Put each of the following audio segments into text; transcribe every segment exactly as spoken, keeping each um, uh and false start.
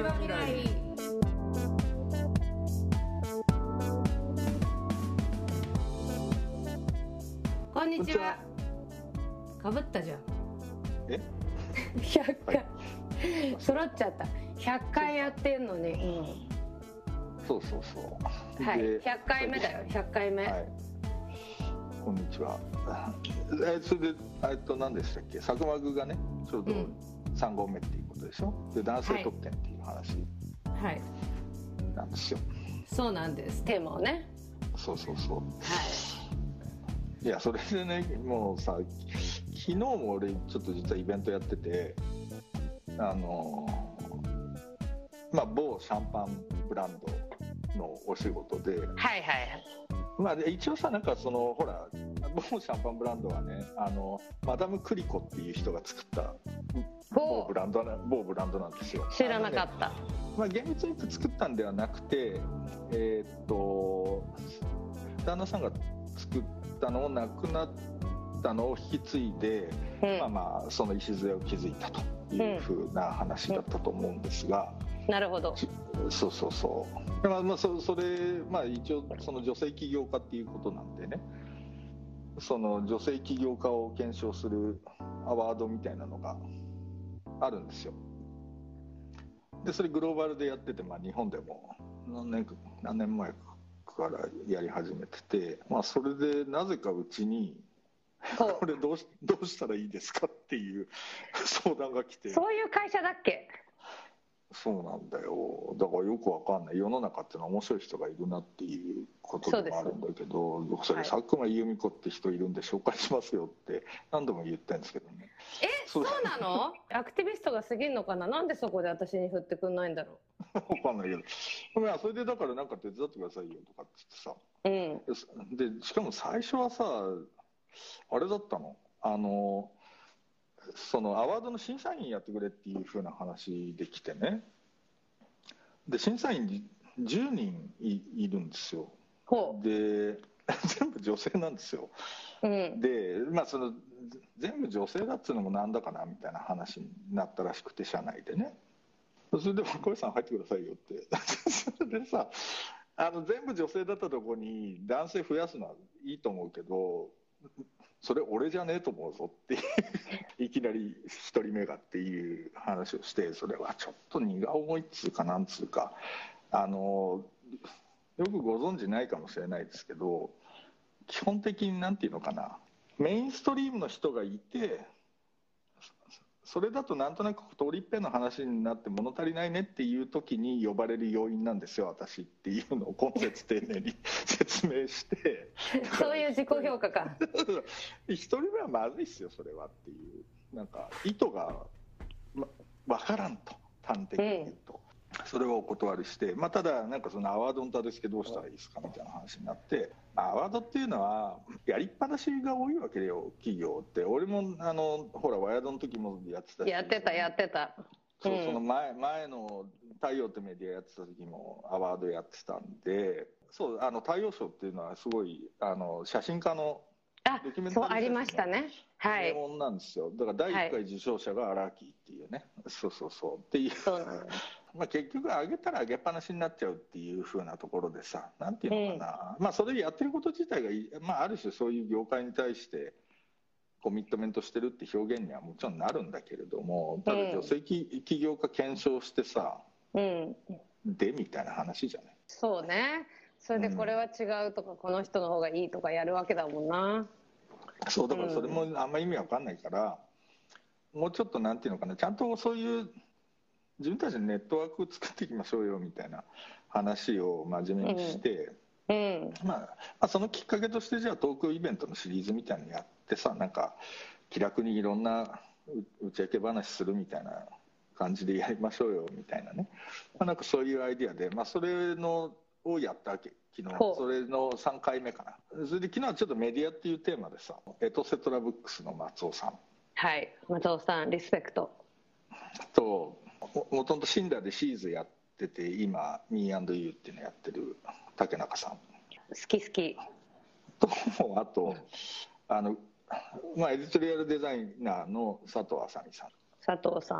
場未来。こんにちは。かぶったじゃん。 えひゃっかい、 は揃っちゃった。ひゃっかいやってんのに、 そうそうそう。 はい、 でひゃっかいめだよ。ひゃっかいめ、 はい、こんにちは。えそれでえっと何でしたっけ、サクマグがねちょうどさんごうめっていうことでしょ。で男性特権っていう話はい、 なんですよ。 そうなんです。テーマをね、 そうそうそう。 はいいやそれでね、もうさ昨日も俺ちょっと実はイベントやってて、あのまあ某シャンパンブランドのお仕事で、 はいはいはい。 まあ、一応さ、なんかそのほら某シャンパンブランドはね、あのマダムクリコっていう人が作った某ブランドな某ブランドなんですよ。 知らなかった。 ね、まあ、厳密に言って作ったんではなくて、えー、っと旦那さんが作ったのを亡くなったのを引き継いで、うん、まあまあその礎を築いたというふうな話だったと思うんですが、 うん、なるほど。 そうそうそう。まあまあ そ, それまあ一応その女性起業家っていうことなんでね、その女性起業家を検証するアワードみたいなのがあるんですよ。でそれグローバルでやってて、まあ、日本でも何年か何年前からやり始めてて、まあ、それでなぜかうちにこれどうしどうしたらいいですかっていう相談が来て。 そういう会社だっけ？ そうなんだよ。だからよくわかんない。世の中ってのは面白い人がいるなっていうことでもあるんだけど、それ佐久間由美子って人いるんで紹介しますよって何度も言ってるんですけどね。 え、そうなの？アクティビストが過ぎんのかな。なんでそこで私に振ってくんないんだろう。わかんないけど、いやそれでだからなんか手伝ってくださいよとかって言ってさ、うん、でしかも最初はさあれだったの、あのそのアワードの審査員やってくれっていう風な話できてね。で審査員じゅうにん い, いるんですよ。で全部女性なんですよ。うん、でまあその全部女性だっつうのもなんだかなみたいな話になったらしくて、社内でね。それで「小石さん入ってくださいよ」ってそれでさ、あの全部女性だったところに男性増やすのはいいと思うけど、それ俺じゃねえと思うぞっていきなり一人目がっていう話をして、それはちょっと荷が重いっつうかなんつうか、あのよくご存知ないかもしれないですけど、基本的になんていうのかな、メインストリームの人がいて、それだとなんとなく通り一遍の話になって物足りないねっていう時に呼ばれる要因なんですよ私っていうのを今節丁寧に説明してそういう自己評価か。 一人目はまずいっすよそれはっていう、なんか意図が、ま、分からんと端的に言うと、うん、それはお断りして、まあ、ただなんかそのアワードのたですけどどうしたらいいですかみたいな話になって、アワードっていうのはやりっぱなしが多いわけよ企業って。俺もあのほらワイヤードの時もやってたし、 やってたやってた、 そう、うん、その前前の太陽ってメディアやってた時もアワードやってたんで、そうあの太陽賞っていうのはすごいあの写真家のドキュメンタリー写真の、あ、そうありましたね、はい、 名門なんですよ。だからだいいっかい受賞者がアラーキーっていうね、はい、そうそうそうっていう、そうなんですまあ結局上げたら上げっぱなしになっちゃうっていう風なところでさ、なんていうのかな、うん、まあそれやってること自体が、まあ、ある種そういう業界に対してコミットメントしてるって表現にはもちろんなるんだけれども、ただ女性起業家検証してさ、うん、でみたいな話じゃない。 そうね、それでこれは違うとか、うん、この人の方がいいとかやるわけだもんな。 そうだからそれもあんま意味わかんないから、うん、もうちょっとなんていうのかな、ちゃんとそういう自分たちのネットワークを作っていきましょうよみたいな話を真面目にして、うんうんまあ、まあそのきっかけとしてじゃあトークイベントのシリーズみたいなのやってさ、なんか気楽にいろんな打ち明け話するみたいな感じでやりましょうよみたいなね、まあ、なんかそういうアイディアで、まあ、それのをやったわけ昨日。それのさんかいめかな。それで昨日はちょっとメディアっていうテーマでさ、エトセトラブックスの松尾さん、 はい松尾さんリスペクトと、もともとシンダーでシーズやってて今 ミーアンドユー っていうのやってる竹中さん、好き好きと、あとあの、まあ、エディトリアルデザイナーの佐藤あさみさん、 佐藤さん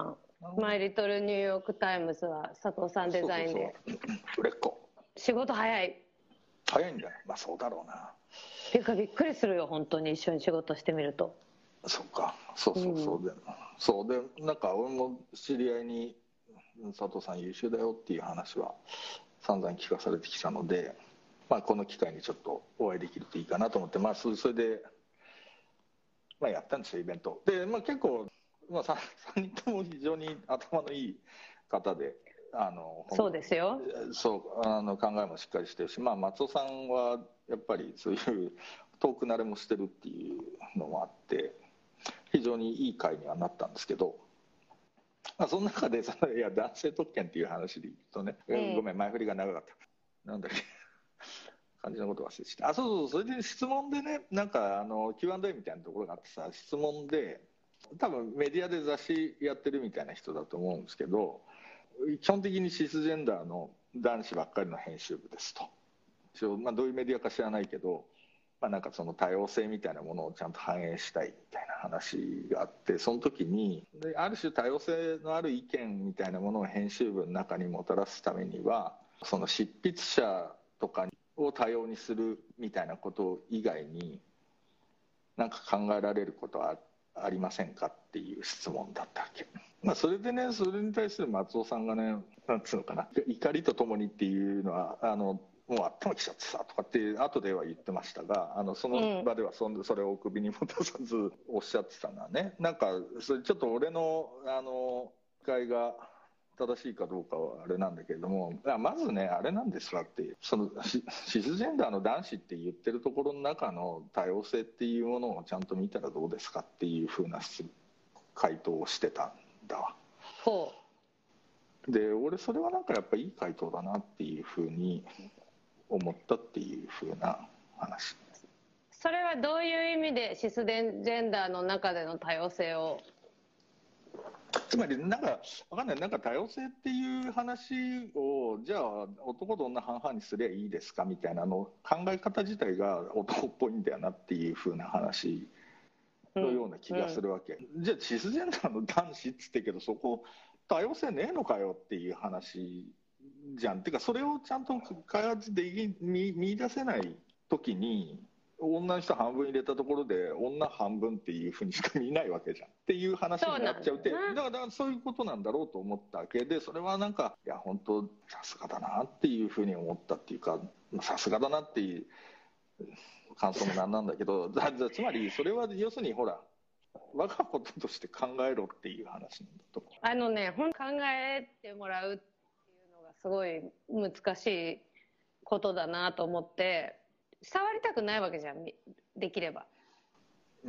マイリトルニューヨークタイムズは佐藤さんデザインで。 そうそうそう、売れっ子。 仕事早い。 早いんだよ。まあそうだろうな。 っていうかびっくりするよ、本当に一緒に仕事してみると。 そうか、そうそうそう、うん、でそうでなんか俺も知り合いに佐藤さん優秀だよっていう話は散々聞かされてきたので、まあ、この機会にちょっとお会いできるといいかなと思って、まあ、それで、まあ、やったんですよイベントで、まあ、結構、まあ、さんにんとも非常に頭のいい方で、あのそうですよ、 そうあの考えもしっかりしてるし、まあ、松尾さんはやっぱりそういう遠く慣れもしてるっていうのもあって非常にいい会にはなったんですけど、まあ、その中でそのいや男性特権っていう話で言うとね、えー、ごめん前振りが長かったなんだっけ感じのこと忘れてた。あそうそうそれで質問でねなんかあの キューアンドエー みたいなところがあってさ質問で多分メディアで雑誌やってるみたいな人だと思うんですけど基本的にシスジェンダーの男子ばっかりの編集部ですと、まあ、どういうメディアか知らないけど、まあ、なんかその多様性みたいなものをちゃんと反映したいみたいな話があってその時にである種多様性のある意見みたいなものを編集部の中にもたらすためにはその執筆者とかを多様にするみたいなこと以外に何か考えられることはありませんかっていう質問だったわけ、まあ、それでねそれに対する松尾さんがねなんつうのかな怒りとともにっていうのはあのもう頭きちゃってさとかって後では言ってましたがあのその場ではそんそれをお首にもたさずおっしゃってたのはねなんかそれちょっと俺のあの理解が正しいかどうかはあれなんだけれどもまずねあれなんですわってそのシスジェンダーの男子って言ってるところの中の多様性っていうものをちゃんと見たらどうですかっていうふうな回答をしてたんだわ。 ほうで俺それはなんかやっぱいい回答だなっていうふうに思ったっていうふうな話。 それはどういう意味でシスジェンダーの中での多様性をつまりなんかわかんないなんか多様性っていう話をじゃあ男と女半々にすりゃいいですかみたいなの考え方自体が男っぽいんだよなっていう風な話のような気がするわけ、うんうん、じゃあシスジェンダーの男子っつってけどそこ多様性ねえのかよっていう話じゃん。てかそれをちゃんと開発でき 見, 見出せない時に女の人半分入れたところで女半分っていうふうにしか見ないわけじゃんっていう話になっちゃうってだからだからそういうことなんだろうと思ったわけでそれはなんかいや本当さすがだなっていうふうに思ったっていうかさすがだなっていう感想もなんなんだけどつまりそれは要するにほら我がこととして考えろっていう話なんだとあのね考えてもらうっていうのがすごい難しいことだなと思って触りたくないわけじゃんできればうん、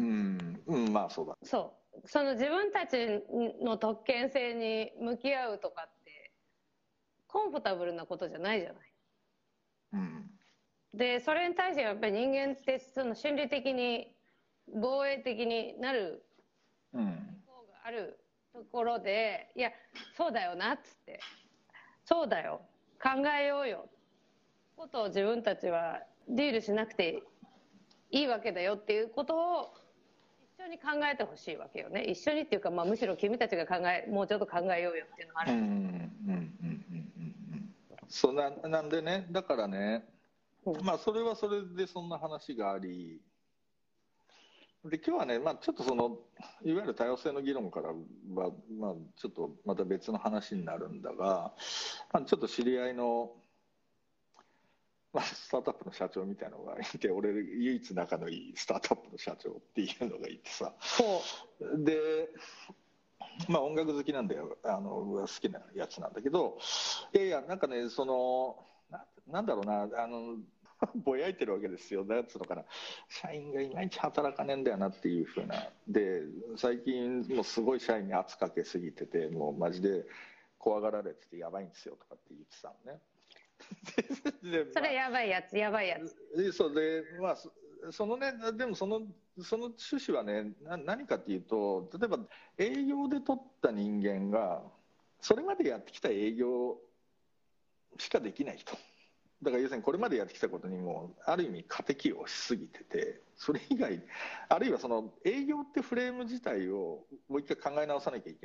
うん、まあそうだそうその自分たちの特権性に向き合うとかってコンフォタブルなことじゃないじゃない、 うん、 でそれに対してやっぱり人間ってその心理的に防衛的になる方があるところで、うん、いやそうだよなっつってそうだよ考えようよことを自分たちはディールしなくていいわけだよっていうことを一緒に考えてほしいわけよね。一緒にっていうか、まあ、むしろ君たちが考えもうちょっと考えようよっていうのがある。うんうんうんうんうんそうななんでねだからね、うん、まあそれはそれでそんな話がありで今日はね、まあ、ちょっとそのいわゆる多様性の議論からは、まあ、ちょっとまた別の話になるんだが、まあ、ちょっと知り合いのまあ、スタートアップの社長みたいなのがいて俺唯一仲のいいスタートアップの社長っていうのがいてさで、まあ、音楽好きなんだよあの好きなやつなんだけどいやいやなんかねその な, なんだろうなあのぼやいてるわけですよなんつうのかな社員がいまいち働かねえんだよなっていう風なで最近もうすごい社員に圧かけすぎててもうマジで怖がられててやばいんですよとかって言ってたのねそれやばいやつやばいやつそうでまあそのねでもそのその趣旨はねな何かっていうと例えば営業で取った人間がそれまでやってきた営業しかできない人だから要するにこれまでやってきたことにもある意味過適応しすぎててそれ以外あるいはその営業ってフレーム自体をもう一回考え直さなきゃいけないっ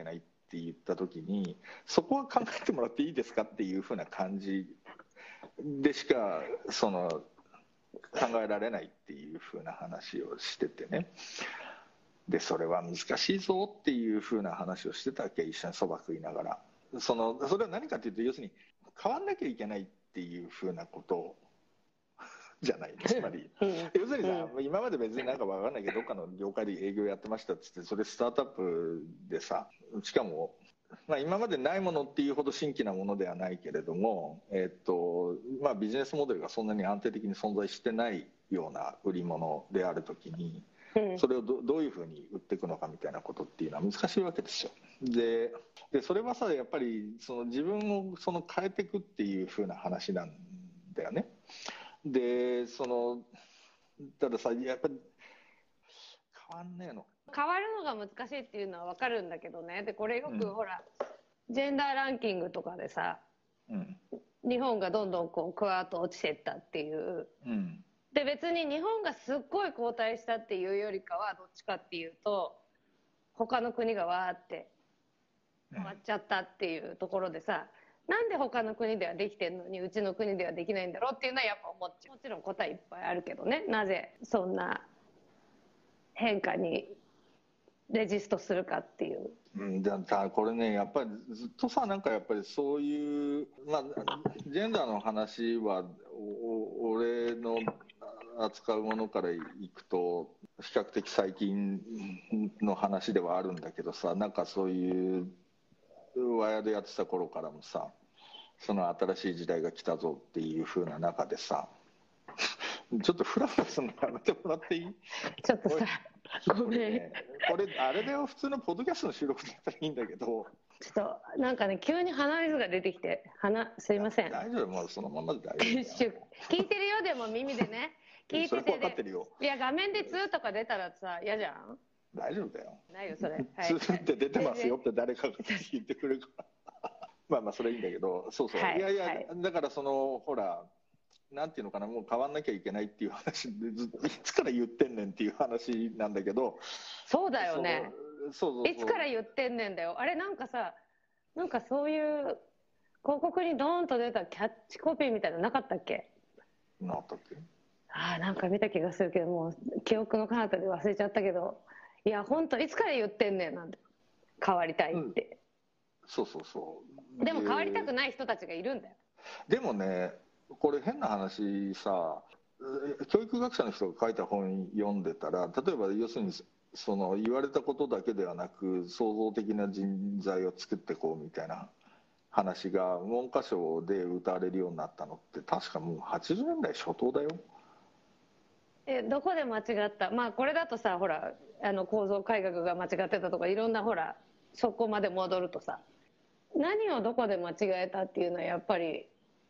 って言った時に、そこは考えてもらっていいですかっていうふうな感じでしかその考えられないっていうふうな話をしててね。でそれは難しいぞっていうふうな話をしてたわけ、一緒にそば食いながら。そのそれは何かというと、要するに変わんなきゃいけないっていうふうなことじゃない。つまり、うん、要するにさ、うん、今まで別になんか分かんないけどどっかの業界で営業やってましたっつって、それスタートアップでさ、しかも、まあ、今までないものっていうほど新規なものではないけれども、えっとまあ、ビジネスモデルがそんなに安定的に存在してないような売り物であるときに、それを ど, どういうふうに売っていくのかみたいなことっていうのは難しいわけですよ。で, でそれはさ、やっぱりその自分をその変えていくっていうふうな話なんだよね。でそのたださ、やっぱり変わんねえの。 変わるのが難しいっていうのは分かるんだけどね。でこれよく、うん、ほらジェンダーランキングとかでさ、うん、日本がどんどんこうクワーッと落ちてったっていう、うん、で別に日本がすっごい後退したっていうよりかはどっちかっていうと他の国がわーって変わっちゃったっていうところでさ、うん、なんで他の国ではできてんのにうちの国ではできないんだろうっていうのはやっぱ思っちゃう。もちろん答えいっぱいあるけどね、なぜそんな変化にレジストするかっていう。 うん、だからこれね、やっぱりずっとさ、なんかやっぱりそういう、まあ、ジェンダーの話はお俺の扱うものからいくと比較的最近の話ではあるんだけどさ、なんかそういうワイヤーでやってた頃からもさ、その新しい時代が来たぞっていう風な中でさ、ちょっとフラフラするのやめてもらっていい？ ちょっとさ、ごめん、ね、 これあれだよ、普通のポッドキャストの収録だったらいいんだけど、 ちょっとなんかね、急に鼻水が出てきて、鼻すいません。 大丈夫、もうそのままで大丈夫。聞いてるよ、でも耳でね。聞いてて、 それ分かってるよ。 いや画面でツーとか出たらさ嫌じゃん。 大丈夫だよ。 ないよそれ。 ツーって出てますよって誰かが言ってくれるから。まあまあそれいいんだけど、そうそう。はい、いやいや、はい、だからそのほら。なんていうのかな、もう変わんなきゃいけないっていう話でずっといつから言ってんねんっていう話なんだけど。 そうだよね。 そうそうそう、 いつから言ってんねんだよ。あれなんかさ、なんかそういう広告にドーンと出たキャッチコピーみたいなのなかったっけ？ なかったっけ？ ああ、なんか見た気がするけど、もう記憶の彼方で忘れちゃったけど、いや本当いつから言ってんねんなんて、変わりたいって、 うん、そうそうそう。 でも変わりたくない人たちがいるんだよ。 でもね、これ変な話さ、教育学者の人が書いた本読んでたら、例えば要するにその言われたことだけではなく創造的な人材を作っていこうみたいな話が文科省で謳われるようになったのって確かもうはちじゅうねんだい初頭だよ。 えどこで間違った？まあこれだとさ、ほらあの構造改革が間違ってたとかいろんなほらそこまで戻るとさ、何をどこで間違えたっていうのはやっぱり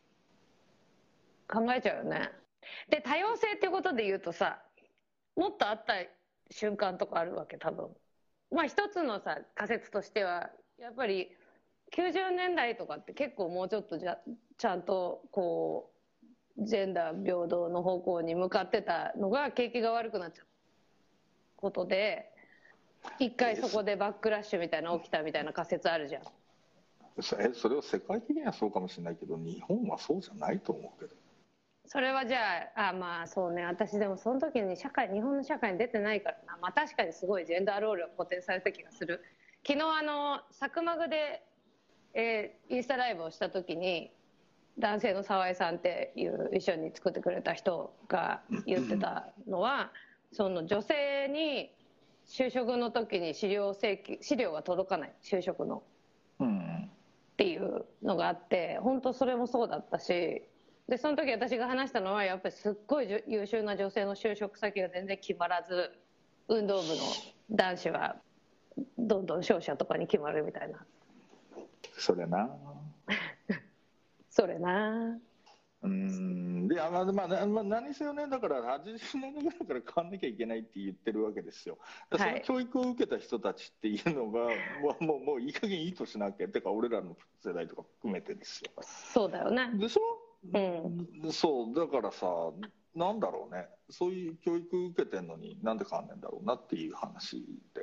考えちゃうよね。で多様性っていうことで言うとさ、もっとあった瞬間とかあるわけ多分。まあ一つのさ仮説としてはやっぱりきゅうじゅうねんだいとかって結構もうちょっとじゃちゃんとこうジェンダー平等の方向に向かってたのが景気が悪くなっちゃったことで一回そこでバックラッシュみたいな起きたみたいな仮説あるじゃん。 えそれは世界的にはそうかもしれないけど日本はそうじゃないと思うけど。 それはじゃあ、あまあそうね、私でもその時に社会日本の社会に出てないからな。まあ確かにすごいジェンダーロールが固定された気がする。昨日あのサクマグで、えー、インスタライブをした時に男性の沢井さんっていう一緒に作ってくれた人が言ってたのは、その女性に就職の時に資料請求資料が届かない、就職の、うん、っていうのがあって、本当それもそうだったし、でその時私が話したのはやっぱりすっごい優秀な女性の就職先が全然決まらず、運動部の男子はどんどん商社とかに決まるみたいな。 それなそれなうんいやまあまあ、まあ、何せよね、だからはちじゅうねんだいぐらいから変わんなきゃいけないって言ってるわけですよ。その教育を受けた人たちっていうのが、はい、もうもうもういい加減いいとしなきゃってか俺らの世代とか含めてですよ。 そうだよね。 でしょ、うん、そうだからさ、なんだろうね、そういう教育受けてんのになんで変わんねんだろうなっていう話だよ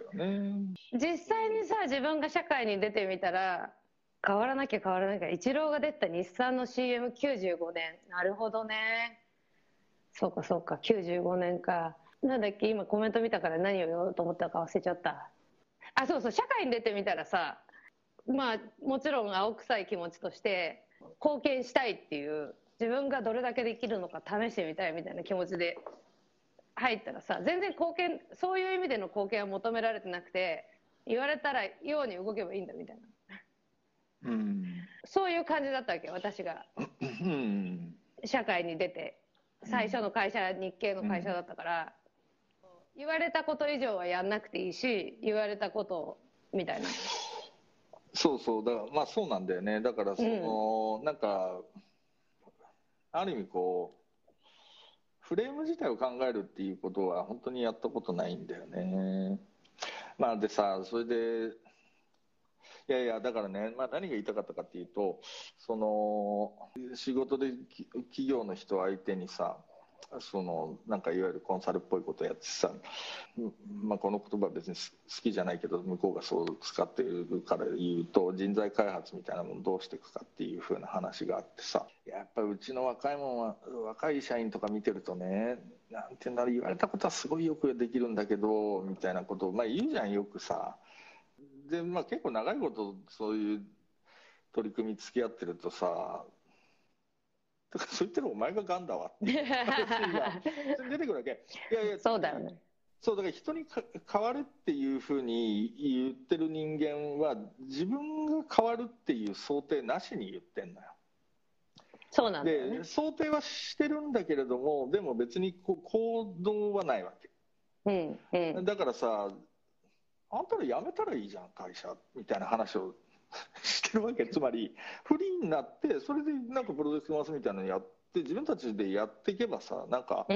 よね。 実際にさ、自分が社会に出てみたら変わらなきゃ変わらなきゃ。イチローが出た日産の シーエムきゅうじゅうごねん。なるほどね。そうかそうか、きゅうじゅうごねんか。なんだっけ、今コメント見たから何を言おうと思ったか忘れちゃった。あ、そうそう、社会に出てみたらさ、まあもちろん青臭い気持ちとして貢献したいっていう、自分がどれだけできるのか試してみたいみたいな気持ちで入ったらさ、全然貢献、そういう意味での貢献は求められてなくて、言われたらように動けばいいんだみたいな、うん、そういう感じだったわけ、私が社会に出て。最初の会社日系の会社だったから、うん、言われたこと以上はやんなくていいし、言われたことみたいな。 そうそう、だからまあそうなんだよね。だからその、うん、なんかある意味こうフレーム自体を考えるっていうことは本当にやったことないんだよね。まあでさ、それでいやいやだからね、まあ、何が言いたかったかっていうと、その仕事で企業の人相手にさ、そのなんかいわゆるコンサルっぽいことやってさ、まあ、この言葉は別に好きじゃないけど向こうがそう使っているから言うと、人材開発みたいなものをどうしていくかっていう風な話があってさ、やっぱりうちの若いもんは若い社員とか見てるとね、なんていうんだろう、言われたことはすごいよくできるんだけどみたいなことを、まあ、言うじゃんよくさ。で、まあ、結構長いことそういう取り組み付き合ってるとさ、だからそう言ってるお前がガンだわって話が出てくるわけ。いやいや、 そうだよね。 そうだから人に変わるっていうふうに言ってる人間は自分が変わるっていう想定なしに言ってんのよ。 そうなんだよね。 で想定はしてるんだけれども、でも別にこう行動はないわけ、うんうん、だからさ、あんたら辞めたらいいじゃん会社みたいな話をしてるわけ。つまりフリーになってそれでなんかプロジェクト回すみたいなのやって自分たちでやっていけばさ、なんか、うん、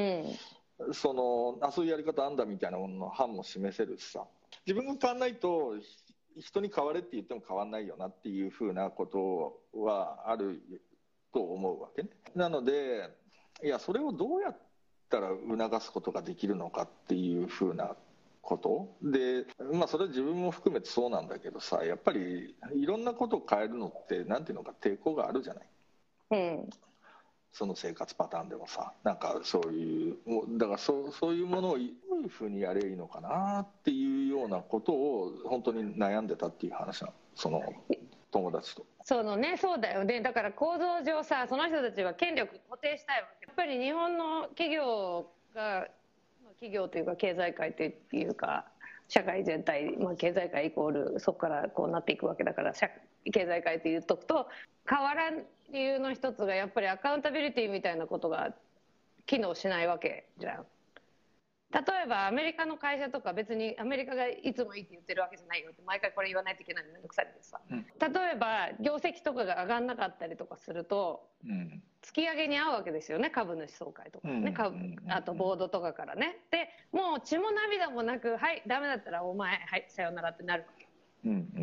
そのあそういうやり方あんだみたいなものの範も示せるしさ、自分が変わんないと人に変われって言っても変わんないよなっていうふうなことはあると思うわけね。なのでいやそれをどうやったら促すことができるのかっていうふうなことで、まあ、それは自分も含めてそうなんだけどさ、やっぱりいろんなことを変えるのってなんていうのか抵抗があるじゃない、うん、その生活パターンでもさ、なんかそういうだからそ そういうものをどういうふうにやればいいのかなっていうようなことを本当に悩んでたっていう話なの、その友達と。 そのね、そうだよね。だから構造上さ、その人たちは権力固定したいわけ。やっぱり日本の企業が企業というか経済界というか社会全体、まあ、経済界イコールそこからこうなっていくわけだから、経済界って言っとくと変わらん理由の一つがやっぱりアカウンタビリティみたいなことが機能しないわけじゃん。例えばアメリカの会社とか、別にアメリカがいつもいいって言ってるわけじゃないよって、毎回これ言わないといけないのめんどくさいけどさ、うん、例えば業績とかが上がんなかったりとかすると、うん、突き上げに合うわけですよね、株主総会とかね、株、あとボードとかからね。でもう血も涙もなく、はいダメだったらお前はいさよならってなるわけ、うんうんうん、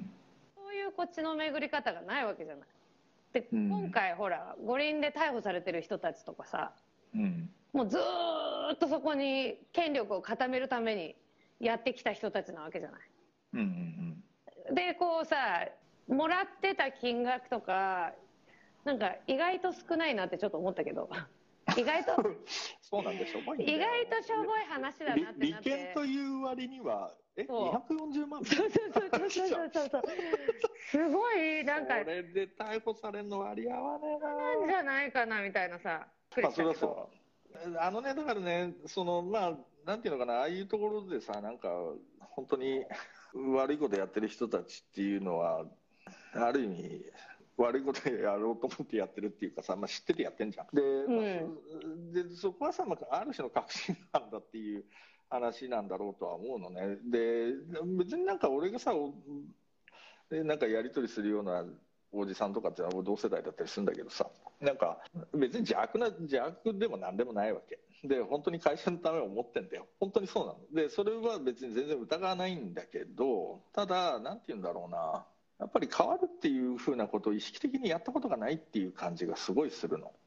そういうこっちの巡り方がないわけじゃない。で、うん、今回ほら五輪で逮捕されてる人たちとかさ、うん、もうずっとそこに権力を固めるためにやってきた人たちなわけじゃない、うんうんうん、でこうさ、もらってた金額とかなんか意外と少ないなってちょっと思ったけど意外とそうなんでしょう、 意外としょぼい話だなってなって、 利権という割にはえにひゃくよんじゅうまんそうそうそうそうそうそうそうすごいなんかこれで逮捕されるの割り合わねえななんじゃないかなみたいなさ、 まあそれはそうあのね、だからね、そのまあなんていうのかな、ああいうところでさ、なんか本当に悪いことやってる人たちっていうのはある意味悪いことやろうと思ってやってるっていうかさ、まあ、知っててやってんじゃん。で、うん、でそこはさ、まあ、ある種の確信なんだっていう話なんだろうとは思うのね。で別になんか俺がさなんかやり取りするようなおじさんとかって同世代だったりするんだけどさ、なんか別に邪悪な邪悪でもなんでもないわけで、本当に会社のためを思ってんだよ、本当にそうなので、それは別に全然疑わないんだけど、ただなんて言うんだろうな、やっぱり変わるっていうふうなことを意識的にやったことがないっていう感じがすごいするの。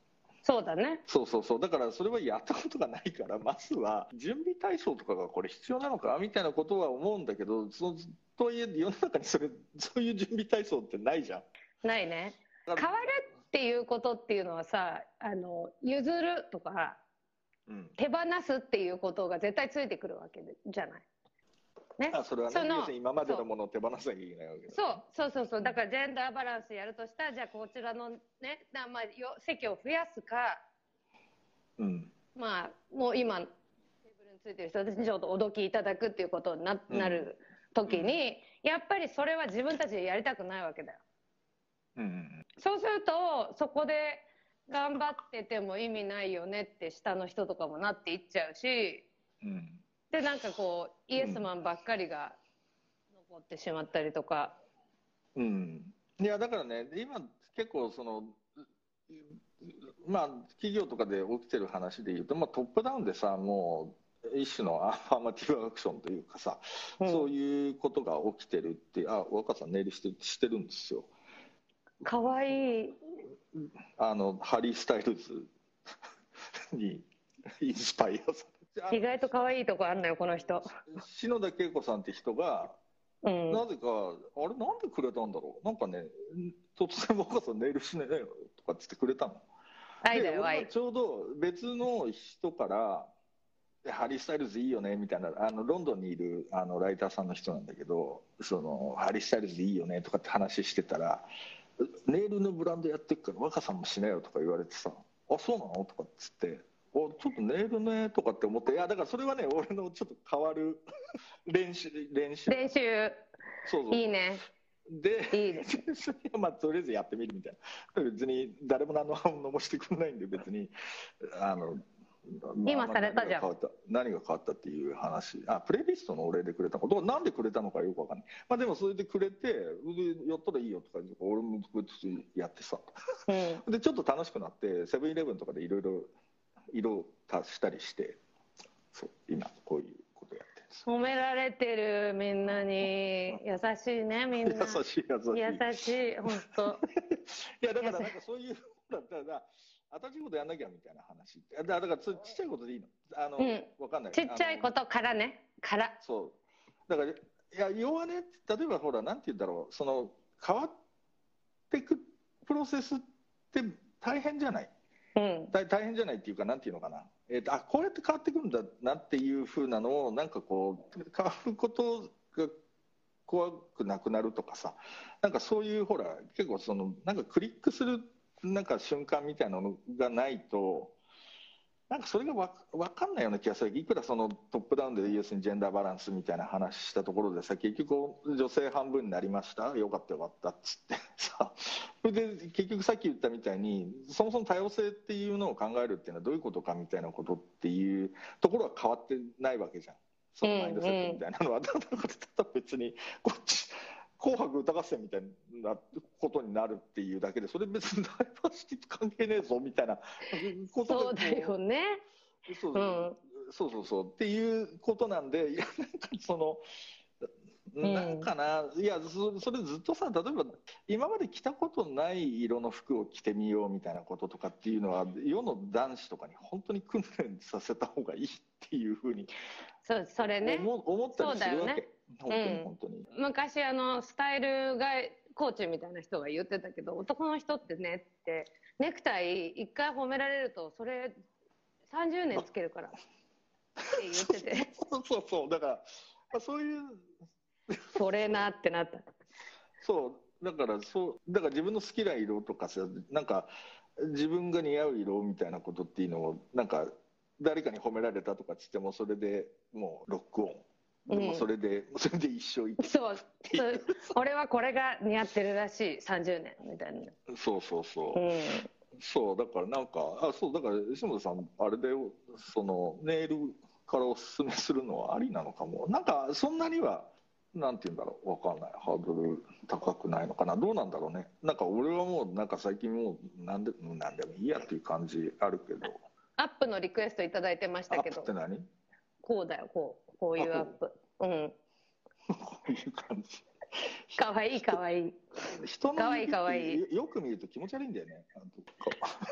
そうだね。 そうそうそう。だからそれはやったことがないから、まずは準備体操とかがこれ必要なのかみたいなことは思うんだけど、そのとはいえ世の中にそれそういう準備体操ってないじゃん。 ないね。変わるっていうことっていうのはさ、あの譲るとか、うん、手放すっていうことが絶対ついてくるわけじゃない。 ね、あそれはね、要するに今までのものを手放さなきゃいけないわけだ、ね、 そうそうそうそう。だからジェンダーバランスやるとしたら、じゃあこちらのね、まあ、席を増やすか、うん、まあもう今テーブルについてる人たちにちょっとおどきいただくっていうことに な,、うん、なる時に、うん、やっぱりそれは自分たちでやりたくないわけだよ。うん、そうするとそこで頑張ってても意味ないよねって下の人とかもなっていっちゃうし、うん、でなんかこうイエスマンばっかりが残ってしまったりとか。 うん、いやだからね今結構そのまあ企業とかで起きてる話でいうと、まあ、トップダウンでさもう一種のアファーマティブアクションというかさ、うん、そういうことが起きてるってあ若さんネイルしてしてるんですよ。 かわいい。 あのハリー・スタイルズにインスパイアされて意外とかわいいとこあんのよこの人。 篠田恵子さんって人が、うん、なぜかあれなんでくれたんだろうなんかね突然若さんネイルしねえよとかっつってくれたの。 愛だよ愛。 でちょうど別の人からハリー・スタイルズいいよねみたいなあのロンドンにいるあのライターさんの人なんだけどそのハリー・スタイルズいいよねとかって話してたらネイルのブランドやってるから若さんもしなよとか言われてさあそうなのとかっつっておちょっとネイルねとかって思っていやだからそれはね俺のちょっと変わる練習練習練習そうそういいねでいいねまあとりあえずやってみるみたいな別に誰も何の反応もしてくれないんで別にあの今されたじゃん。 何が変わったっていう話あプレイリストのお礼でくれたことなんでくれたのかよく分かんない、まあ、でもそれでくれてやったらいいよとか俺もやってさ、うん、でちょっと楽しくなってセブンイレブンとかでいろいろ色足したりしてそう今こういうことやってる。褒められてるみんなに優しいねみんな優しい優しい優しい本当いやだからなんかそういうだったら新しいことやんなきゃみたいな話だだからちっちゃいことでいいのあの、うん、分かんないちっちゃいことからねからそうだからいや要はね例えばほらなんて言うんだろうその変わっていくプロセスって大変じゃない、うん、大, 大変じゃないっていうかなんていうのかな、えーと、あこうやって変わっていくんだなっていうふうなのをなんかこう変わることが怖くなくなるとかさなんかそういうほら結構そのなんかクリックするなんか瞬間みたいなのがないとなんかそれがわ分かんないような気がするいくらそのトップダウンで要するにジェンダーバランスみたいな話したところでさ結局女性半分になりましたよかったよかったっつってさそれで結局さっき言ったみたいにそもそも多様性っていうのを考えるっていうのはどういうことかみたいなことっていうところは変わってないわけじゃんそのマインドセットみたいなのは、うんうん、ただ別にこっち紅白歌合戦みたいなことになるっていうだけでそれ別にダイバーシティと関係ねえぞみたいなことそうだよねそうそう、うん、そうそうそうっていうことなんでいやなんかそのなんかな、うん、いや そ, それずっとさ例えば今まで着たことない色の服を着てみようみたいなこととかっていうのは世の男子とかに本当に訓練させた方がいいっていうふうにそうそれね思, 思ったりするわけ。本当に本当に、 うん、昔あのスタイルがコーチみたいな人が言ってたけど男の人ってねってネクタイ一回褒められるとそれさんじゅうねんつけるからって言っててそうそうそうだからそういうそれなってなったそうだからそうだから自分の好きな色とかさなんか自分が似合う色みたいなことっていうのをなんか誰かに褒められたとかっつってもそれでもうロックオンでもそれで、うん、それで一生生きてそう俺はこれが似合ってるらしいさんじゅうねんみたいなそうそうそう、うん、そうだからなんかあそうだから石本さんあれでそのネイルからおすすめするのはありなのかもなんかそんなにはなんて言うんだろう分かんないハードル高くないのかなどうなんだろうねなんか俺はもうなんか最近もう何で何でもいいやっていう感じあるけどアップのリクエストいただいてましたけどアップって何こうだよこうこういうアップうんこういう感じかわいいかわいい人の指ってよく見ると気持ち悪いんだよね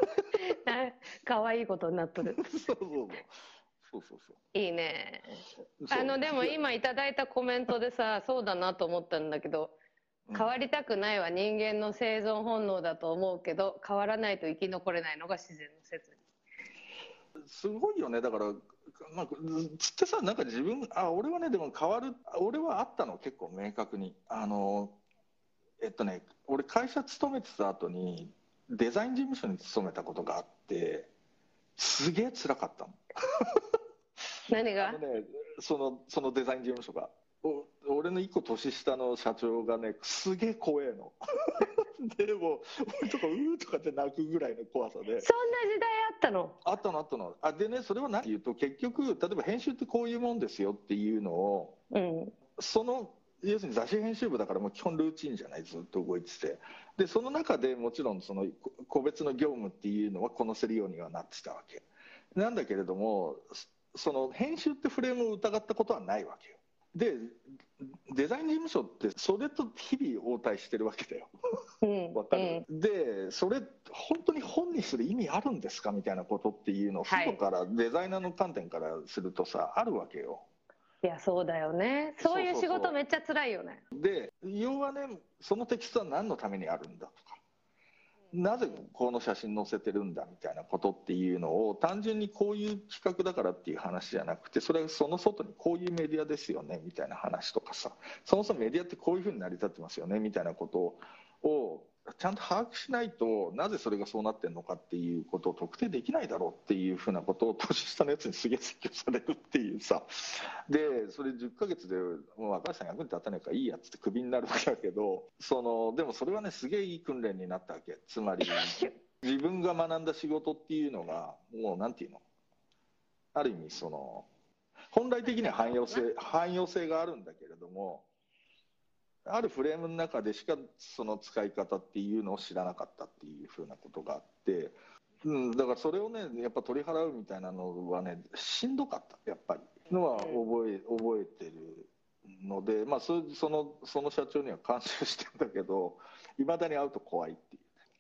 かわいいことになっとる。 そうそうそうそうそうそう。 いいね。あのでも今いただいたコメントでさ、そうだなと思ったんだけど、変わりたくないは人間の生存本能だと思うけど、変わらないと生き残れないのが自然の説。 すごいよね。だから、まあ、つってさ、なんか自分、あ、俺はね、でも変わる、俺はあったの、結構明確に。あの、えっとね、俺会社勤めてた後に、デザイン事務所に勤めたことがあって、すげえ辛かったの。 何が？ あのね、その、そのデザイン事務所が。お俺の一個年下の社長がね、すげえ怖えの。でも、俺とか、うーとかって泣くぐらいの怖さで。 そんな時代あったの？ あったのあったの。あ、でね、それは何て言うと、結局、例えば編集ってこういうもんですよっていうのを、うん、その、要するに雑誌編集部だからもう基本ルーチンじゃない、ずっと動いてて。で、その中でもちろんその個別の業務っていうのはこなせるようにはなってたわけ。なんだけれども、その編集ってフレームを疑ったことはないわけよ。で、デザイン事務所ってそれと日々応対してるわけだよ。わかる、うん、で、それ本当に本にする意味あるんですかみたいなことっていうのを外からデザイナーの観点からするとさ、あるわけよ。 いや、そうだよね。そういう仕事めっちゃ辛いよね。 で、要はね、そのテキストは何のためにあるんだとか、なぜこの写真載せてるんだみたいなことっていうのを単純にこういう企画だからっていう話じゃなくて、それはその外にこういうメディアですよねみたいな話とかさ、そもそもメディアってこういうふうに成り立ってますよねみたいなことをちゃんと把握しないと、なぜそれがそうなってるのかっていうことを特定できないだろうっていうふうなことを年下のやつにすげえ説教されるっていうさ。でそれじゅっかげつでもう若林さん役に立たないからいいやっつってクビになるわけだけど、そのでもそれはねすげえいい訓練になったわけ。つまり自分が学んだ仕事っていうのがもうなんていうの、ある意味その本来的には汎用性汎用性があるんだけれども、あるフレームの中でしかその使い方っていうのを知らなかったっていうふうなことがあって、うん、だからそれをねやっぱ取り払うみたいなのはねしんどかったやっぱりのは覚え覚えてるので、まあ、そそのその社長には感謝してんだけど、いまだに会うと怖いっていう。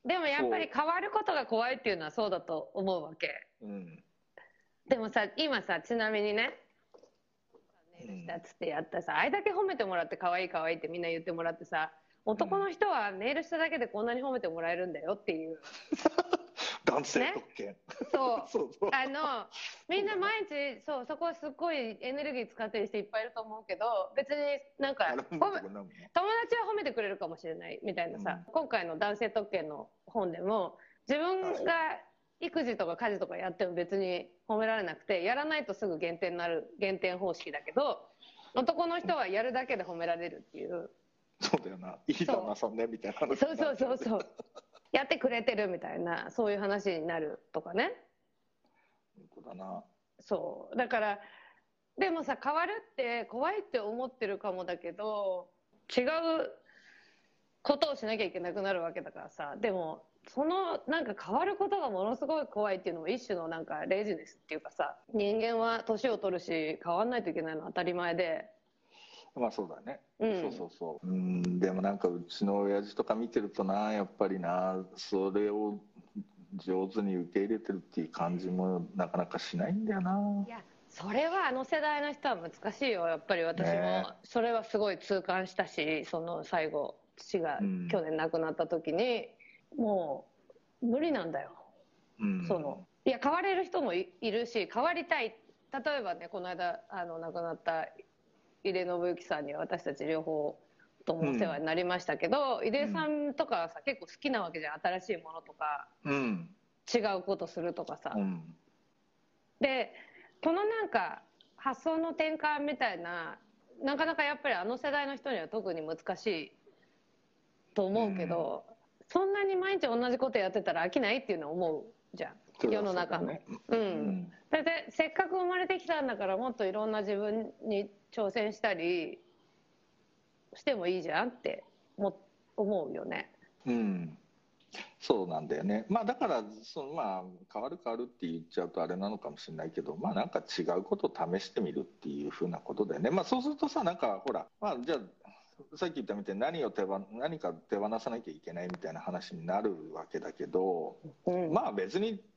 でもやっぱり変わることが怖いっていうのはそうだと思うわけ、うん、でもさ今さちなみにねネイルしたっつってやったさ、あれだけ褒めてもらって可愛い可愛いってみんな言ってもらってさ、男の人はネイルしただけでこんなに褒めてもらえるんだよっていう男性特権、ね、 そうそうそう、あのみんな毎日そうそこはすっごいエネルギー使ってる人いっぱいいると思うけど、別になんか友達は褒めてくれるかもしれないみたいなさ、うん、今回の男性特権の本でも自分が育児とか家事とかやっても別に褒められなくて、やらないとすぐ減点になる減点方式だけど、男の人はやるだけで褒められるっていう。 そうだよな、いい旦那さんねみたいな話。 そうそうそうそう、やってくれてるみたいな、そういう話になるとかね。 本当だな。 そうだから、でもさ変わるって怖いって思ってるかもだけど、違うことをしなきゃいけなくなるわけだからさ。でもそのなんか変わることがものすごい怖いっていうのも一種のなんかレジネスっていうかさ、人間は年を取るし変わんないといけないのは当たり前で。 まあそうだね、うん、そうそうそう。うん、でもなんかうちの親父とか見てるとな、やっぱりな、それを上手に受け入れてるっていう感じもなかなかしないんだよな。 いやそれはあの世代の人は難しいよやっぱり。私もそれはすごい痛感したし、その最後父が去年亡くなった時に、うん、もう無理なんだよ、うん、そのいや変われる人も い, いるし変わりたい。例えばね、この間あの亡くなった井出信之さんには私たち両方ともお世話になりましたけど、うん、井出さんとかはさ結構好きなわけじゃん、新しいものとか、うん、違うことするとかさ、うん、でこのなんか発想の転換みたいな、なかなかやっぱりあの世代の人には特に難しいと思うけど、うん、そんなに毎日同じことやってたら飽きないっていうのは思うじゃん、世の中の、ね、うん、うん、だってせっかく生まれてきたんだからもっといろんな自分に挑戦したりしてもいいじゃんっても思うよね。 うん、そうなんだよね。まあだからそのまあ変わる変わるって言っちゃうとあれなのかもしれないけど、まあなんか違うことを試してみるっていうふうなことだよね。まあそうするとさ、なんかほら、まあじゃあさっき言ったみたいに何を手放何か手放さなきゃいけないみたいな話になるわけだけど、うん、まあ別に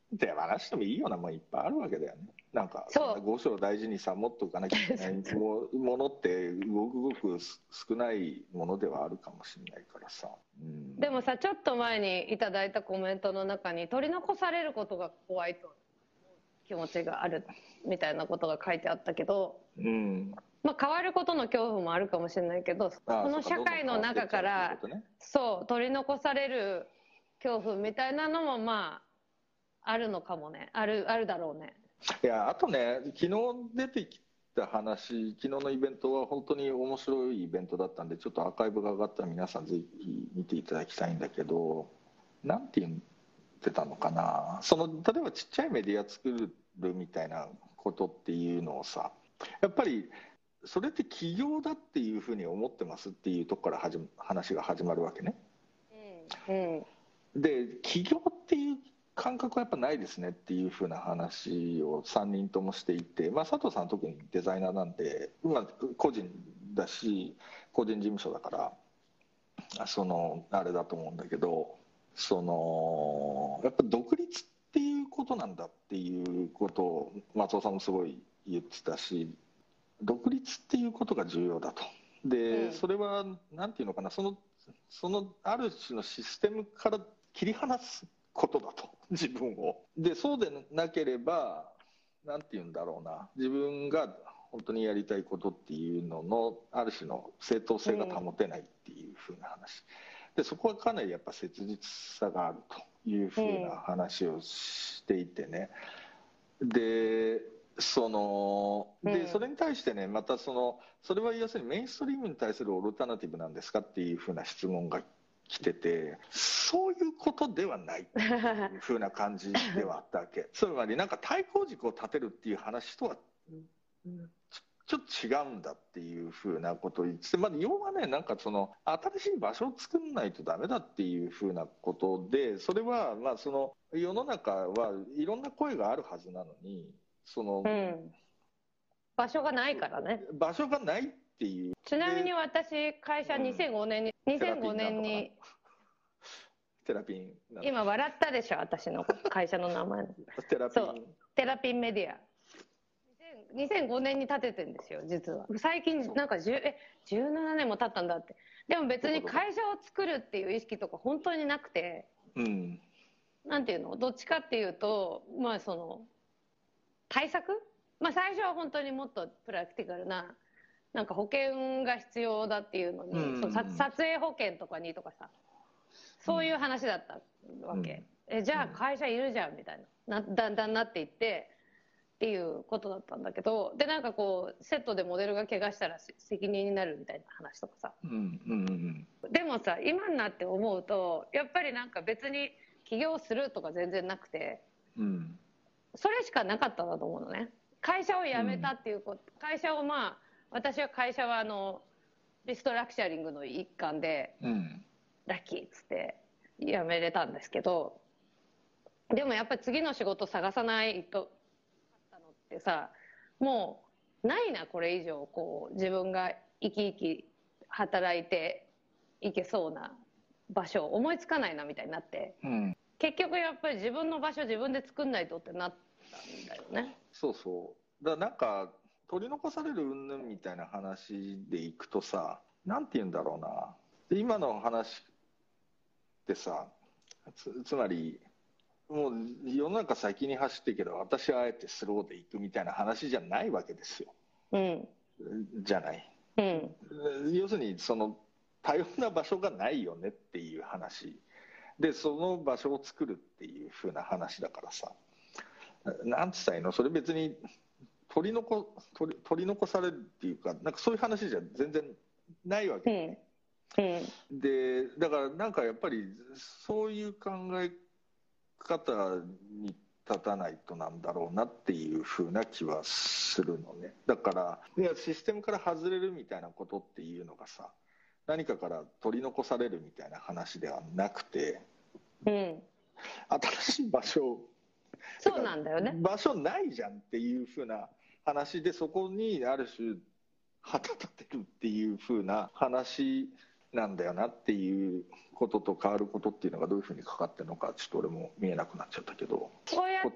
手放してもいいようなもんいっぱいあるわけだよね。なんか五章大事にさ持っとかなきゃいけないものってごくごく少ないものではあるかもしれないからさ、 うん、でもさちょっと前にいただいたコメントの中に取り残されることが怖いと気持ちがあるみたいなことが書いてあったけど、うん、まあ変わることの恐怖もあるかもしれないけど、この社会の中からそう取り残される恐怖みたいなのもまああるのかもね、あるあるだろうね。 いやあとね、昨日出てきた話、昨日のイベントは本当に面白いイベントだったんで、ちょっとアーカイブが上がったら皆さんぜひ見ていただきたいんだけど、なんて言ってたのかな、その例えばちっちゃいメディア作るみたいなことっていうのをさ、やっぱりそれって起業だっていうふうに思ってますっていうところから始話が始まるわけね。うんうん、で起業っていう感覚はやっぱないですねっていうふうな話をさんにんともしていて、まあ、佐藤さんは特にデザイナーなんで、まあ、個人だし個人事務所だからそのあれだと思うんだけど、そのやっぱ独立っていうことなんだっていうことを松尾さんもすごい言ってたし、独立っていうことが重要だと。で、うん、それはなんていうのかな、そのそのある種のシステムから切り離すことだと、自分を。でそうでなければなんていうんだろうな、自分が本当にやりたいことっていうののある種の正当性が保てないっていうふうな話で、そこはかなりやっぱ切実さがあるというふうな話をしていてね。でそのでそれに対してね、またそのそれは要するにメインストリームに対するオルタナティブなんですかっていうふうな質問が来てて、そういうことではないっていうふうな感じではあったわけ。つまりなんか対抗軸を立てるっていう話とはちょっと違うんだっていうふうなことを言ってて、まあ、要はね、なんかその新しい場所を作んないとダメだっていうふうなことで、それはまあその世の中はいろんな声があるはずなのに、その、うん、 場所がないからね。 場所がないっていう。 ちなみに私会社にせんごねんに、うん、にせんごねんにテラピン今笑ったでしょ、私の会社の名前テラピン。 そうテラピンメディアにせんごねんに建ててるんですよ、実は。最近なんか10えじゅうななねんも経ったんだって。でも別に会社を作るっていう意識とか本当になくて、うん、なんていうの、どっちかっていうとまあその対策、まあ最初は本当にもっとプラクティカルななんか保険が必要だっていうのに、うん、その撮影保険とかにとかさ、そういう話だったわけ、うん、えじゃあ会社いるじゃんみたいな、なだんだんなっていってっていうことだったんだけど、でなんかこうセットでモデルが怪我したら責任になるみたいな話とかさ、うんうんうん、でもさ今になって思うとやっぱりなんか別に起業するとか全然なくて、うん、それしかなかったんだと思うのね。会社を辞めたっていうこと、うん、会社をまあ私は会社はあのリストラクチャリングの一環で、うん、ラッキーっつって辞めれたんですけど、でもやっぱり次の仕事探さないとってさ、もうないなこれ以上こう自分が生き生き働いていけそうな場所思いつかないなみたいになって、うん、結局やっぱり自分の場所自分で作んないとってなったんだよね。そうそうだからなんか取り残される云々みたいな話でいくとさ、なんて言うんだろうな、今の話ってさ つ, つまりもう世の中先に走ってるけど私はあえてスローで行くみたいな話じゃないわけですよ、うん、じゃない、うん、要するにその多様な場所がないよねっていう話で、その場所を作るっていう風な話だからさ、なんつったらいいの、それ別に取り残取り取り残されるっていうか、なんかそういう話じゃ全然ないわけ、ね、うんうん、でだからなんかやっぱりそういう考え方に立たないとなんだろうなっていう風な気はするのね。だからいやシステムから外れるみたいなことっていうのがさ、何かから取り残されるみたいな話ではなくて、うん、新しい場所、そうなんだよね、場所ないじゃんっていう風な話で、そこにある種旗立てるっていう風な話なんだよなっていうことと変わることっていうのがどういうふうにかかってるのかちょっと俺も見えなくなっちゃったけど、そうや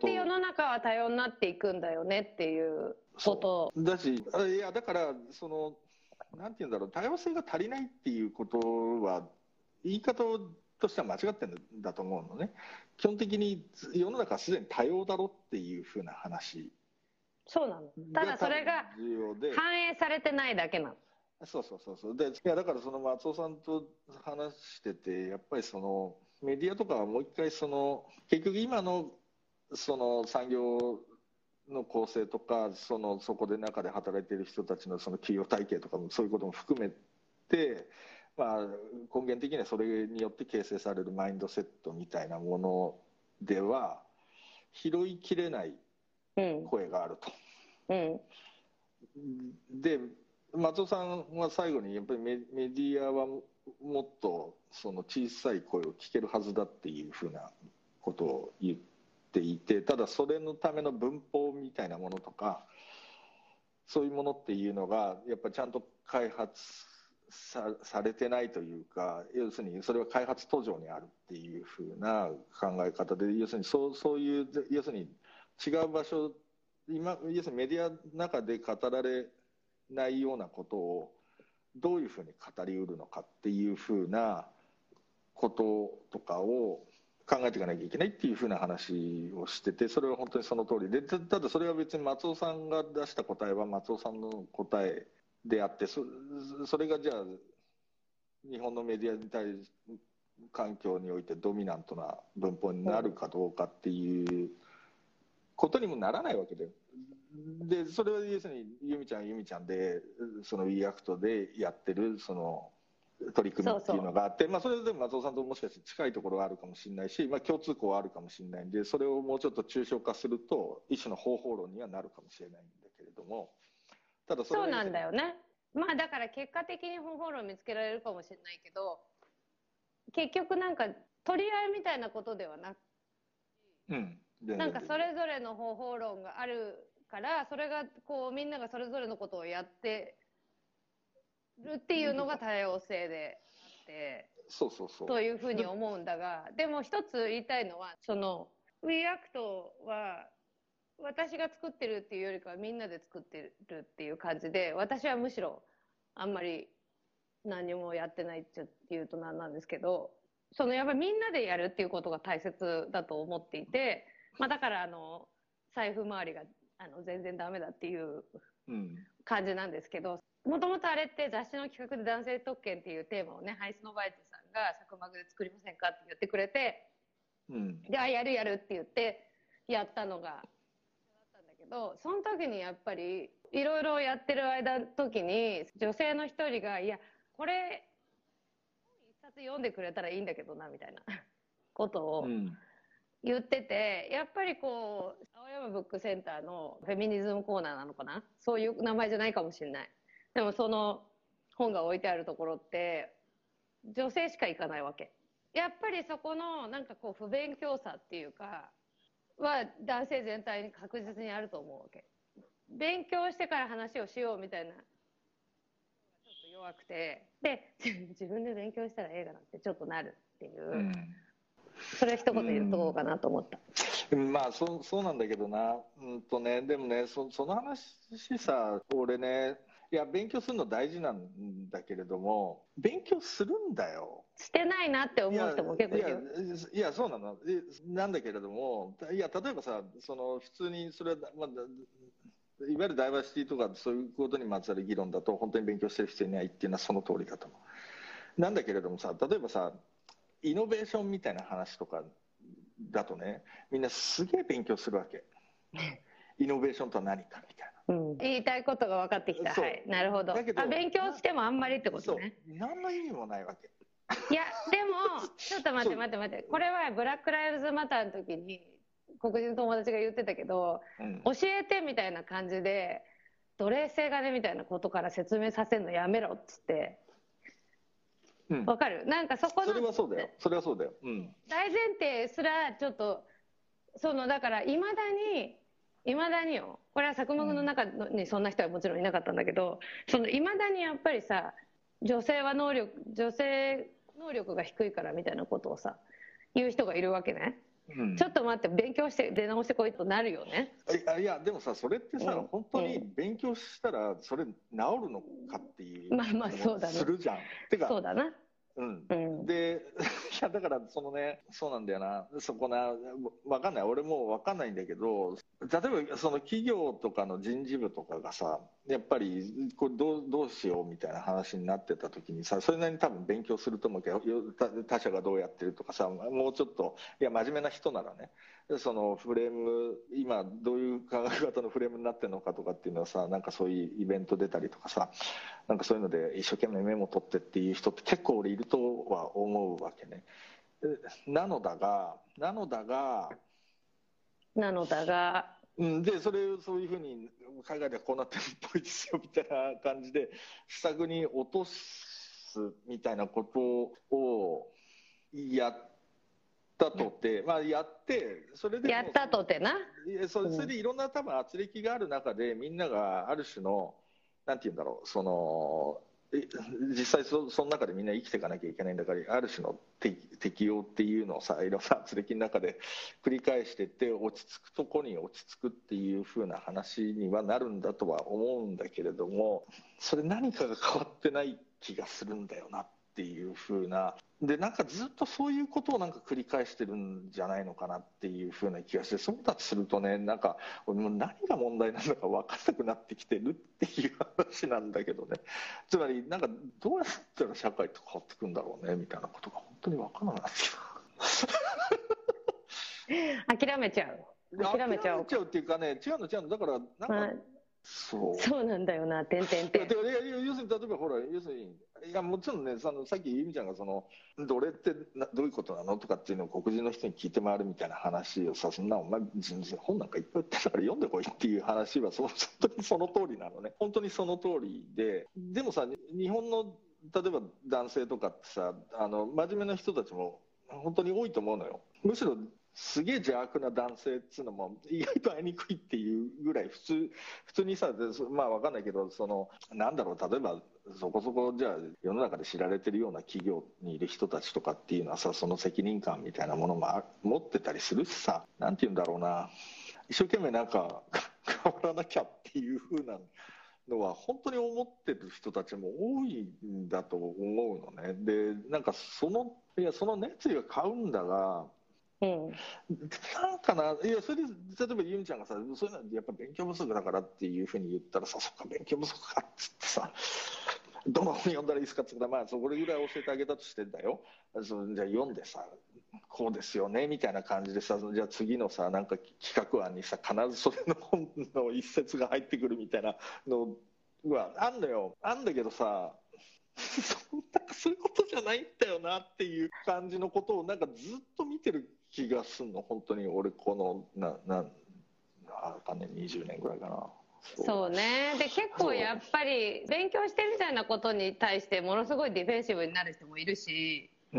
って世の中は多様になっていくんだよねっていうことだし、いやだからそのなんていうんだろう、多様性が足りないっていうことは言い方としては間違ってるんだと思うのね。基本的に世の中はすでに多様だろっていうふうな話。 そうなの。ただそれが反映されてないだけなの。 そうそうそうそう。で、いやだからその松尾さんと話してて、やっぱりそのメディアとかはもう一回その結局今のその産業の構成とか、そのそこで中で働いている人たちのその企業体系とかもそういうことも含めて、まあ、根源的にはそれによって形成されるマインドセットみたいなものでは拾いきれない声があると。うんうん、で松尾さんは最後にやっぱりメメディアはもっとその小さい声を聞けるはずだっていうふうなことを言っていて、ただそれのための文法みたいなものとかそういうものっていうのがやっぱりちゃんと開発さ, されてないというか、要するにそれは開発途上にあるっていうふうな考え方で、要するにそうそういう要するに違う場所、今要するにメディアの中で語られないようなことをどういうふうに語りうるのかっていうふうなこととかを考えていかなきゃいけないっていうふうな話をしてて、それは本当にその通りで、ただそれは別に松尾さんが出した答えは松尾さんの答えであって、 そ, それがじゃあ日本のメディアに対し環境においてドミナントな文法になるかどうかっていうことにもならないわけで、でそれは要するに由美ちゃん由美ちゃんでその WeAct でやってるその取り組みっていうのがあって、そうそう、まあ、それで松尾さんともしかして近いところがあるかもしれないし、まあ、共通項はあるかもしれないんで、それをもうちょっと抽象化すると一種の方法論にはなるかもしれないんだけれども、 ただそれはそうなんだよね。まあだから結果的に方法論見つけられるかもしれないけど、結局なんか取り合いみたいなことではなく、うん、なんかそれぞれの方法論があるから、それがこうみんながそれぞれのことをやってるっていうのが多様性であって、 そうそうそうというふうに思うんだが、でも一つ言いたいのは、その WeAct は私が作ってるっていうよりかはみんなで作ってるっていう感じで、私はむしろあんまり何もやってないっていうとなんなんですけど、そのやっぱりみんなでやるっていうことが大切だと思っていて、まあ、だからあの財布周りがあの全然ダメだっていう感じなんですけど、もともとあれって雑誌の企画で男性特権っていうテーマをね、ハイスノバイトさんが作幕で作りませんかって言ってくれて、うん、で、あ、やるやるって言ってやったのがだったんだけど、その時にやっぱりいろいろやってる間の時に女性の一人が、いやこれ一冊読んでくれたらいいんだけどなみたいなことを言ってて、やっぱりこう青山ブックセンターのフェミニズムコーナーなのかな、そういう名前じゃないかもしれない。でもその本が置いてあるところって女性しか行かないわけ。やっぱりそこのなんかこう不勉強さっていうかは男性全体に確実にあると思うわけ。勉強してから話をしようみたいなちょっと弱くて、で自分で勉強したら映画なんてちょっとなるっていう、うん、それ一言言っとこうかなと思った。 うん、まあそそうなんだけどな、うんとね、でもね そ, その話さ、俺ね、いや勉強するの大事なんだけれども、勉強するんだよ。 してないなって思う人も結構いるよ。 いや、いやそうなのなんだけれども、いや例えばさ、その普通にそれは、まあ、いわゆるダイバーシティとかそういうことにまつわる議論だと本当に勉強してる人いないっていうのはその通りだと思う。なんだけれどもさ、例えばさイノベーションみたいな話とかだとね、みんなすげえ勉強するわけ。イノベーションとは何かみたいな、 うん、言いたいことが分かってきた。はい、なるほど。だけどあ、勉強してもあんまりってことね。 そう、何の意味もないわけ。 いやでもちょっと待って待って待って、これはブラックライブズマターの時に黒人の友達が言ってたけど、うん、教えてみたいな感じで奴隷制がねみたいなことから説明させるのやめろっつって。わ、うん、かる。なんかそこのそれはそうだよ、それはそうだよ、うん、 大前提すらちょっとそのだからいまだにいまだによ、これは作目の中にそんな人はもちろんいなかったんだけど、そのいまだにやっぱりさ、女性は能力女性能力が低いからみたいなことをさ言う人がいるわけね。 うん、ちょっと待って勉強して出直してこいとなるよね。 いやいやでもさそれってさ、うん、本当に勉強したらそれ治るのかっていうまあまあそうだねするじゃん。てかそうだな。 うん、うん、でいやだからそのねそうなんだよなそこな分かんない俺も分かんないんだけど例えばその企業とかの人事部とかがさやっぱりこれどうどうしようみたいな話になってた時にさそれなりに多分勉強すると思うけど他社がどうやってるとかさもうちょっといや真面目な人ならねそのフレーム今どういう考え方のフレームになってるのかとかっていうのはさなんかそういうイベント出たりとかさなんかそういうので一生懸命メモ取ってっていう人って結構俺いるとは思うわけね。なのだがなのだがなのだがうん、でそれそういうふうに海外ではこうなってるっぽいですよみたいな感じで施策に落とすみたいなことをやったとて、まあ、やってそれでやったとてなそれでいろんな多分圧力がある中でみんながある種のなんて言うんだろうその実際 そ, その中でみんな生きていかなきゃいけないんだからある種の適応っていうのをさいろんな圧力の中で繰り返していって落ち着くとこに落ち着くっていう風な話にはなるんだとは思うんだけれどもそれ何かが変わってない気がするんだよなっていう風なでなんかずっとそういうことをなんか繰り返してるんじゃないのかなっていう風な気がしてそうだとするとねなんかもう何が問題なのか分からなくなってきてるっていう話なんだけどねつまりなんかどうやったら社会って変わってくんだろうねみたいなことが本当に分からない諦めちゃう諦めちゃう諦めちゃうっていうかね違うの違うのだからなんか、まあそうそうなんだよな、てんてんてん。 要するに例えばほら要するにいやもちろんねそのさっき由美ちゃんがそのどれってなどういうことなのとかっていうのを黒人の人に聞いて回るみたいな話をさそんなお前全然本なんかいっぱい売ってるから読んでこいっていう話はそ本当にその通りなのね本当にその通りででもさ日本の例えば男性とかってさあの真面目な人たちも本当に多いと思うのよむしろすげえ邪悪な男性っつうのも意外と会いにくいっていうぐらい普通普通にさまあ分かんないけどそのなんだろう例えばそこそこじゃあ世の中で知られてるような企業にいる人たちとかっていうのはさその責任感みたいなものも持ってたりするしさなんて言うんだろうな一生懸命なんか変わらなきゃっていう風なのは本当に思ってる人たちも多いんだと思うのねでなんかそのいやその熱意は買うんだがうん、なんかないやそれで例えば由美ちゃんがさそういうのやっぱ勉強不足だからっていうふうに言ったらさそっか勉強不足かっつってさどの本読んだらいいですかって言ったらまあそれぐらい教えてあげたとしてんだよそじゃあ読んでさこうですよねみたいな感じでさじゃあ次のさなんか企画案にさ必ずそれの本の一節が入ってくるみたいなのはあんのよあんだけどさなんかそういうことじゃないんだよなっていう感じのことをなんかずっと見てる気がすんの本当に俺このななあかねにじゅうねんぐらいかなそう、そうねで結構やっぱり勉強してみたいなことに対してものすごいディフェンシブになる人もいるし、うん、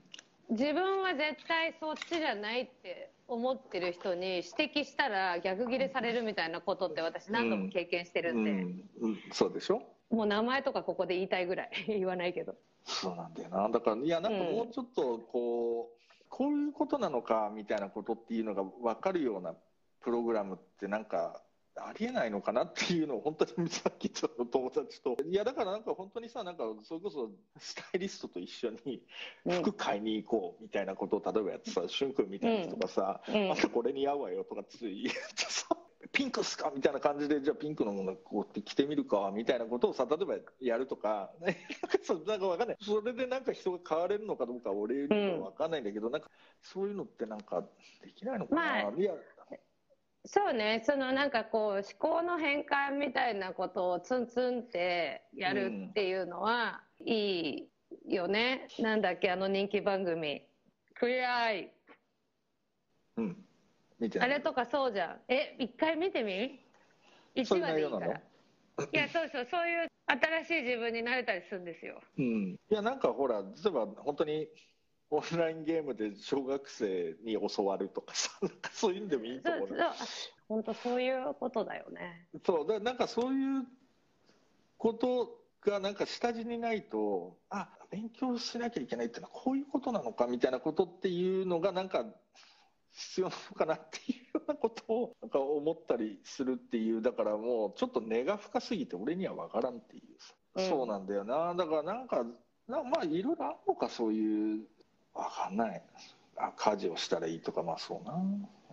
自分は絶対そっちじゃないって思ってる人に指摘したら逆ギレされるみたいなことって私何度も経験してるんで、うんうんうん、そうでしょもう名前とかここで言いたいぐらい言わないけどそうなんだよなだからいやなんかもうちょっとこう、うんこういうことなのかみたいなことっていうのが分かるようなプログラムってなんかありえないのかなっていうのを本当にさっきちょっと友達といやだからなんか本当にさなんかそれこそスタイリストと一緒に服買いに行こうみたいなことを例えばやってさしゅんくんみたいな人がさ、うん、あんたこれ似合うわよとかって言ってさピンクっすかみたいな感じでじゃあピンクのものこうって着てみるかみたいなことをさ例えばやるとかなんかそうなんか分かんないそれでなんか人が変われるのかどうか俺には分かんないんだけど、うん、なんかそういうのってなんかできないのかな、まあ、いやそうねそのなんかこう思考の変換みたいなことをツンツンってやるっていうのは、うん、いいよねなんだっけあの人気番組クリアアイうんあれとかそうじゃんえ一回見てみいちわでいいからいやそうそうそういう新しい自分になれたりするんですよ、 うん、いやなんかほら例えば本当にオンラインゲームで小学生に教わるとかさなんかそういうのでもいいと思う本当そういうことだよねそうだなんかそういうことがなんか下地にないとあ勉強しなきゃいけないってのはこういうことなのかみたいなことっていうのがなんか必要なのかなっていうようなことをなんか思ったりするっていう、だからもうちょっと根が深すぎて俺には分からんっていうさ、うん、そうなんだよな。だからなんかなまあいろいろあるのか、そういう分かんない、あ家事をしたらいいとか、まあそうな、うん、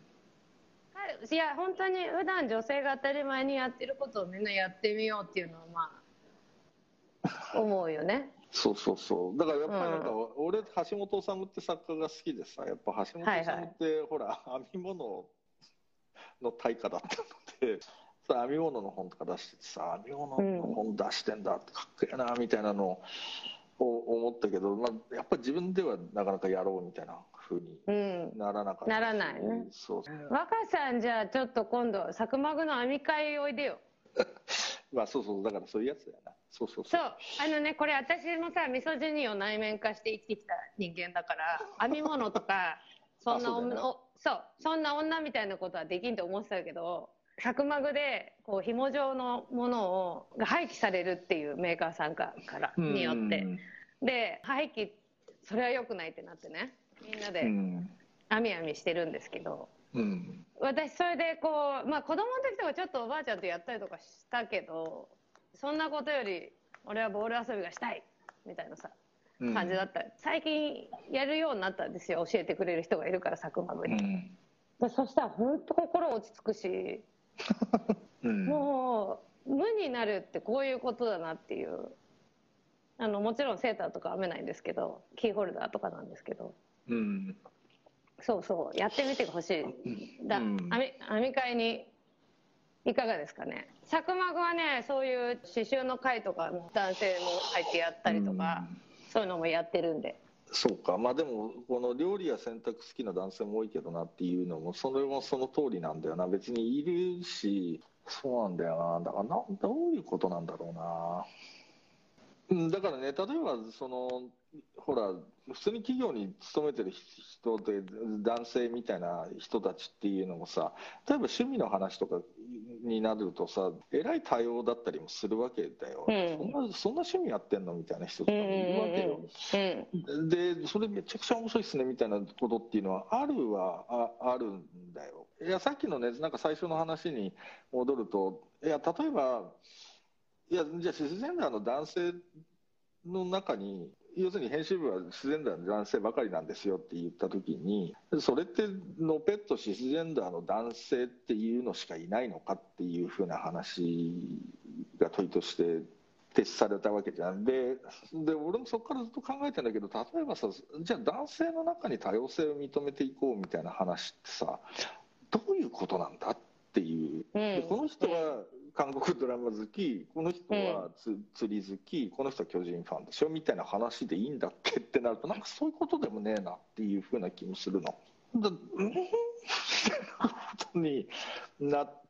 いや本当に普段女性が当たり前にやってることをみんなやってみようっていうのはまあ思うよね。 そうそうそう。だからやっぱりなんか、うん、俺橋本治って作家が好きでさ、やっぱ橋本治って、はいはい、ほら編み物の大家だったので、編み物の本とか出しててさ、編み物の本出してんだってかっこいいなみたいなのを思ったけど、まあ、やっぱり自分ではなかなかやろうみたいな風にならなかった、うん、 ならないね。 そうそう。 若さんじゃあちょっと今度サクマグの編み会おいでよ。 まあそうそう、だからそういうやつだよな。そうそうそう。そうあのねこれ私もさミソジニーを内面化して生きてきた人間だから編み物とかそんなそう、ね、そうそんな女みたいなことはできんと思ってたけど、サクマグでこう紐状のものをが廃棄されるっていうメーカーさんからによってで廃棄それは良くないってなってね、みんなで編み編みしてるんですけど。うん、私それでこう、まあ、子供の時とかちょっとおばあちゃんとやったりとかしたけど、そんなことより俺はボール遊びがしたいみたいなさ感じだった、うん、最近やるようになったんですよ、教えてくれる人がいるからサクマグに、うん、そしたら本当心落ち着くし、うん、もう無になるってこういうことだなっていう、あのもちろんセーターとか編めないんですけどキーホルダーとかなんですけど、うんそうそうやってみてほしいだ、うん、編み、編み会にいかがですかね。サクマグはねそういう刺繍の会とか男性も入ってやったりとか、うん、そういうのもやってるんで。 そうか、まあでもこの料理や洗濯好きな男性も多いけどなっていうのもそれもその通りなんだよな。別にいるし、そうなんだよな。だからなどういうことなんだろうな。だからね、例えばそのほら普通に企業に勤めてる人で男性みたいな人たちっていうのもさ、例えば趣味の話とかになるとさ、えらい多様だったりもするわけだよ、うん、そんなそんな趣味やってんのみたいな人とかもいるわけよ、うんうん、でそれめちゃくちゃ面白いっすねみたいなことっていうのはあるは あ, あるんだよ。いやさっきのねなんか最初の話に戻ると、いや例えばいやじゃあシスジェンダーの男性の中に要するに編集部はシスジェンダーの男性ばかりなんですよって言った時に、それってのぺっとシスジェンダーの男性っていうのしかいないのかっていうふうな話が問いとして提出されたわけじゃん。でで俺もそこからずっと考えてんだけど、例えばさじゃあ男性の中に多様性を認めていこうみたいな話ってさどういうことなんだっていう、うん、でこの人は韓国ドラマ好き、この人はつ、うん、釣り好き、この人は巨人ファンでしょみたいな話でいいんだっけってなると、なんかそういうことでもねえなっていうふうな気もするのだうんみたいなことになって、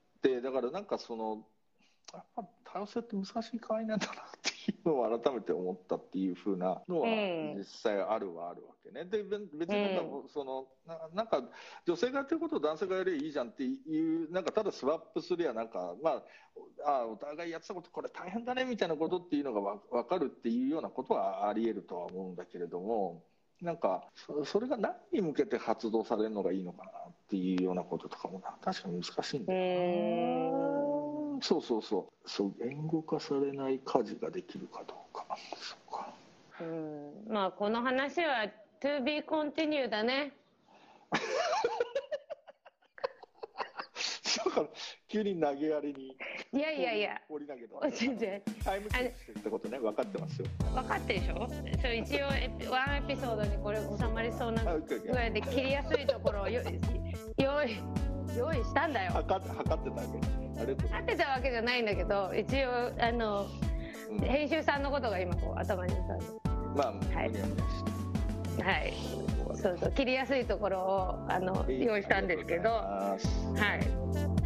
だからなんかそのやっぱ多様性って難しい概念だなっていうのを改めて思ったっていうふうなのは実際あるはあるわけね。で別になんかそのなんか女性がやってることを男性がやればいいじゃんっていうなんかただスワップすりゃなんかまああお互いやってたことこれ大変だねみたいなことっていうのが分かるっていうようなことはあり得るとは思うんだけれども、なんかそれが何に向けて発動されるのがいいのかなっていうようなこととかも確かに難しいんだよな。そうそうそうそう言語化されない家事ができるかどうか。そうか、 うんまあこの話は to be continue だねだから急に投げやりにいやいやいや放り投げた全然タイムキープしてるってことね分かってますよ。 分かってるでしょ。それ一応ワンエピソードにこれ収まりそうなぐらいで切りやすいところを用意用意したんだよ。 測って測ってたわけ測ってたわけじゃないんだけど、一応あの、うん、編集さんのことが今こう頭に浮かんで、 まあはい、 はい、そうそう切りやすいところをあの用意したんですけど、はい。